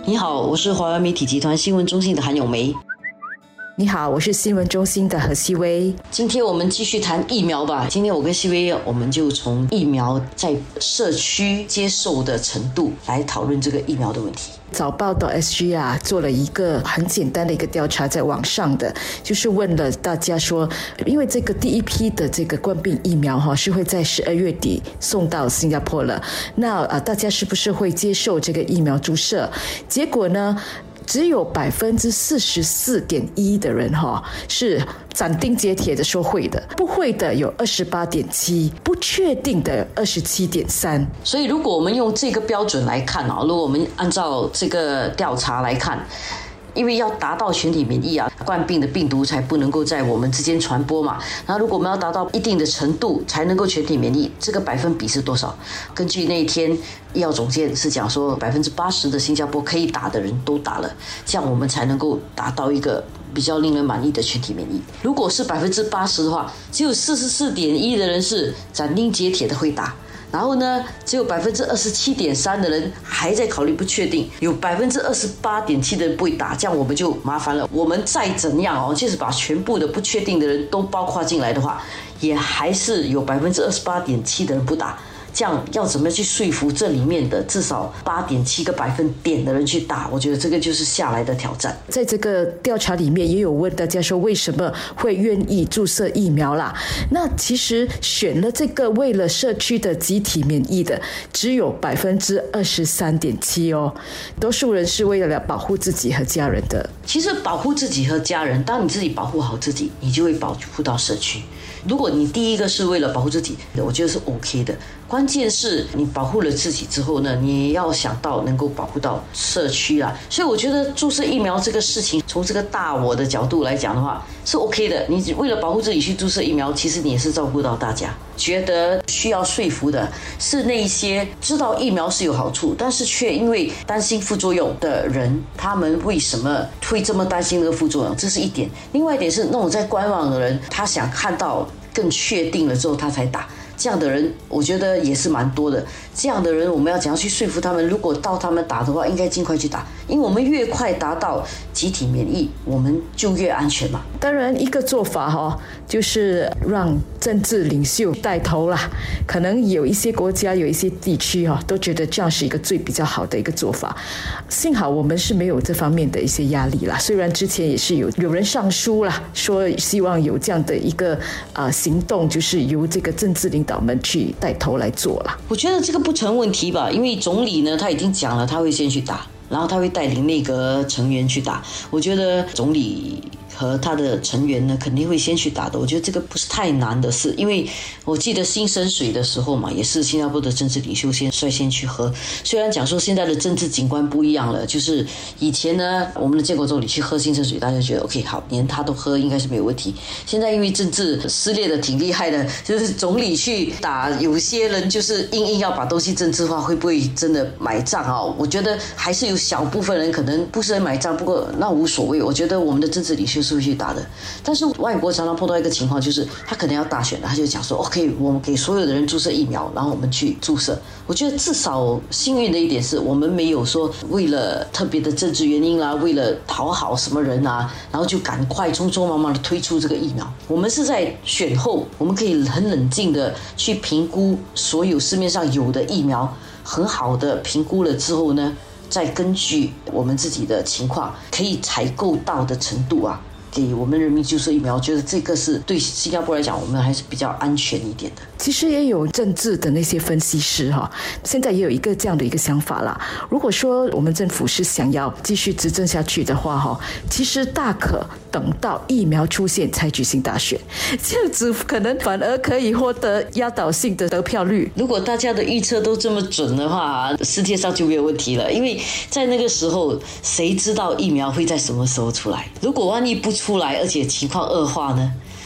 你好，我是华为媒体集团新闻中心的韩咏梅。 你好，我是新闻中心的何希薇。 今天我们继续谈疫苗吧。今天我跟希薇，我们就从疫苗在社区接受的程度来讨论这个疫苗的问题。 早报.sg 做了一个很简单的一个调查，在网上的，就是问了大家说，因为这个第一批的这个冠病疫苗是会在12月底送到新加坡了，那大家是不是会接受这个疫苗注射？结果呢，只有44.1%的人是斩钉截铁的说会的，不会的有28.7%，不确定的27.3%。 所以如果我们用这个标准来看如果我们按照这个调查来看，因为要达到全体免疫冠病的病毒才不能够在我们之间传播嘛。那如果我们要达到一定的程度才能够全体免疫，这个百分比是多少？根据那一天医药总监是讲说，80%的新加坡可以打的人都打了，这样我们才能够达到一个比较令人满意的全体免疫。如果是80%的话，只有44.1%的人是斩钉截铁的会打。然后呢，只有27.3%的人还在考虑不确定，有28.7%的人不会打，这样我们就麻烦了。我们再怎样就是把全部的不确定的人都包括进来的话，也还是有28.7%的人不打。这样要怎么去说服这里面的至少8.7个百分点的人去打？我觉得这个就是下来的挑战。 在这个调查里面也有问大家说，为什么会愿意注射疫苗啦？那其实选了这个为了社区的集体免疫的只有23.7%多数人是为了保护自己和家人的。 其实保护自己和家人，当你自己保护好自己，你就会保护到社区。如果你第一个是为了保护自己，我觉得是 OK 的。关键是你保护了自己之后呢，你要想到能够保护到社区啦。所以我觉得注射疫苗这个事情，从这个大我的角度来讲的话，是 OK 的。你为了保护自己去注射疫苗，其实你也是照顾到大家。觉得需要说服的是那些知道疫苗是有好处，但是却因为担心副作用的人，他们为什么会这么担心那个副作用？这是一点。另外一点是那种在观望的人，他想看到更确定了之后他才打。这样的人我觉得也是蛮多的。这样的人我们要怎样去说服他们，如果到他们打的话，应该尽快去打，因为我们越快达到集体免疫，我们就越安全嘛。 当然一个做法就是让政治领袖带头啦。可能有一些国家有一些地区都觉得这样是一个比较好的一个做法。幸好我们是没有这方面的一些压力啦，虽然之前也是有人上书啦，说希望有这样的一个行动，就是由这个政治领导们去带头来做啦。 我觉得这个不成问题吧，因为总理呢他已经讲了他会先去打，然后他会带领内阁成员去打。我觉得总理和他的成员呢肯定会先去打的。我觉得这个不是太难的事，因为我记得新生水的时候嘛，也是新加坡的政治领袖率先去喝。虽然讲说现在的政治景观不一样了，就是以前呢我们的建国总理去喝新生水，大家觉得 OK 好，连他都喝应该是没有问题。现在因为政治撕裂的挺厉害的，就是总理去打，有些人就是硬要把东西政治化，会不会真的买账我觉得还是有小部分人可能不是很买账，不过那无所谓。我觉得我们的政治领袖是会去打的。但是外国常常碰到一个情况，就是他可能要大选了，他就讲说 OK 我们给所有的人注射疫苗，然后我们去注射。我觉得至少幸运的一点是我们没有说为了特别的政治原因啦，为了讨好什么人然后就赶快匆匆忙忙的推出这个疫苗。我们是在选后，我们可以很冷静的去评估所有市面上有的疫苗，很好的评估了之后呢，再根据我们自己的情况可以采购到的程度给我们人民注射疫苗。我觉得这个是对新加坡来讲，我们还是比较安全一点的。 其实也有政治的那些分析师现在也有一个这样的一个想法啦。如果说我们政府是想要继续执政下去的话其实大可等到疫苗出现才举行大选，这样子可能反而可以获得压倒性的得票率。 如果大家的预测都这么准的话，世界上就没有问题了。因为在那个时候，谁知道疫苗会在什么时候出来？如果万一不出来，而且情况恶化呢？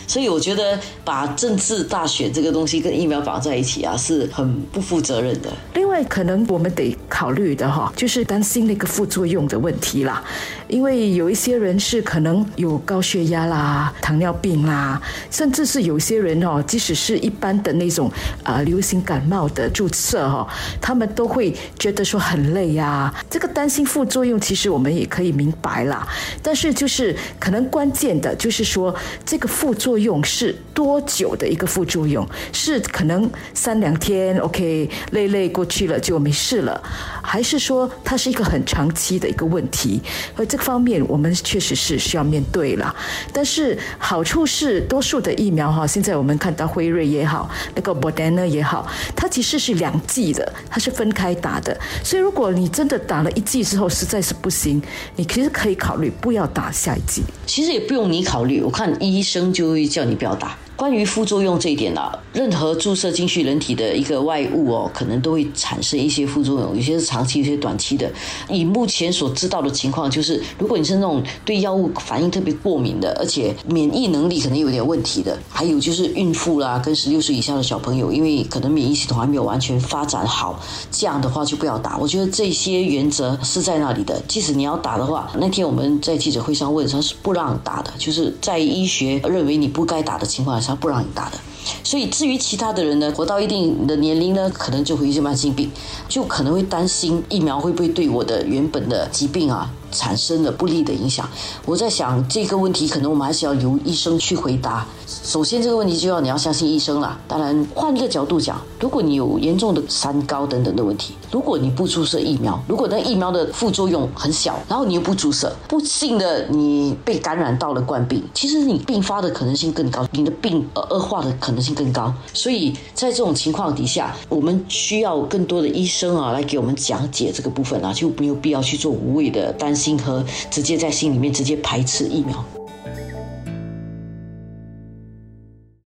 所以我觉得把政治大选这个东西跟疫苗绑在一起啊，是很不负责任的。 另外可能我们得考虑的就是担心那个副作用的问题啦，因为有一些人是可能有高血压啦、糖尿病啦，甚至是有些人即使是一般的那种流行感冒的注射他们都会觉得说很累啊。这个担心副作用其实我们也可以明白啦，但是就是可能关键的就是说这个副作用是多久的一个副作用，是可能3-2天 OK 累过去了就没事了，还是说它是一个很长期的一个问题，而这个方面我们确实是需要面对了。但是好处是多数的疫苗现在我们看到辉瑞也好，那个 Moderna 也好，它其实是2剂的，它是分开打的，所以如果你真的打了1剂之后实在是不行，你其实可以考虑不要打下一剂。 其实也不用你考虑，我看医生就会叫你不要打。关于副作用这一点任何注射进去人体的一个外物可能都会产生一些副作用，有些是长期，有些短期的。以目前所知道的情况，就是如果你是那种对药物反应特别过敏的，而且免疫能力可能有点问题的，还有就是孕妇啦，跟16岁以下的小朋友，因为可能免疫系统还没有完全发展好，这样的话就不要打。我觉得这些原则是在那里的。即使你要打的话，那天我们在记者会上问，他是不让打的，就是在医学认为你不该打的情况下，他不让你打的。所以至于其他的人呢，活到一定的年龄呢，可能就会有一些慢性病，就可能会担心疫苗会不会对我的原本的疾病产生了不利的影响。我在想这个问题可能我们还是要由医生去回答。首先这个问题就你要相信医生啦。当然换一个角度讲，如果你有严重的三高等等的问题，如果你不注射疫苗，如果那疫苗的副作用很小，然后你又不注射，不幸的你被感染到了冠病，其实你并发的可能性更高，你的病恶化的可能性更高。所以在这种情况底下，我们需要更多的医生来给我们讲解这个部分就没有必要去做无谓的担心和直接在心里面直接排斥疫苗。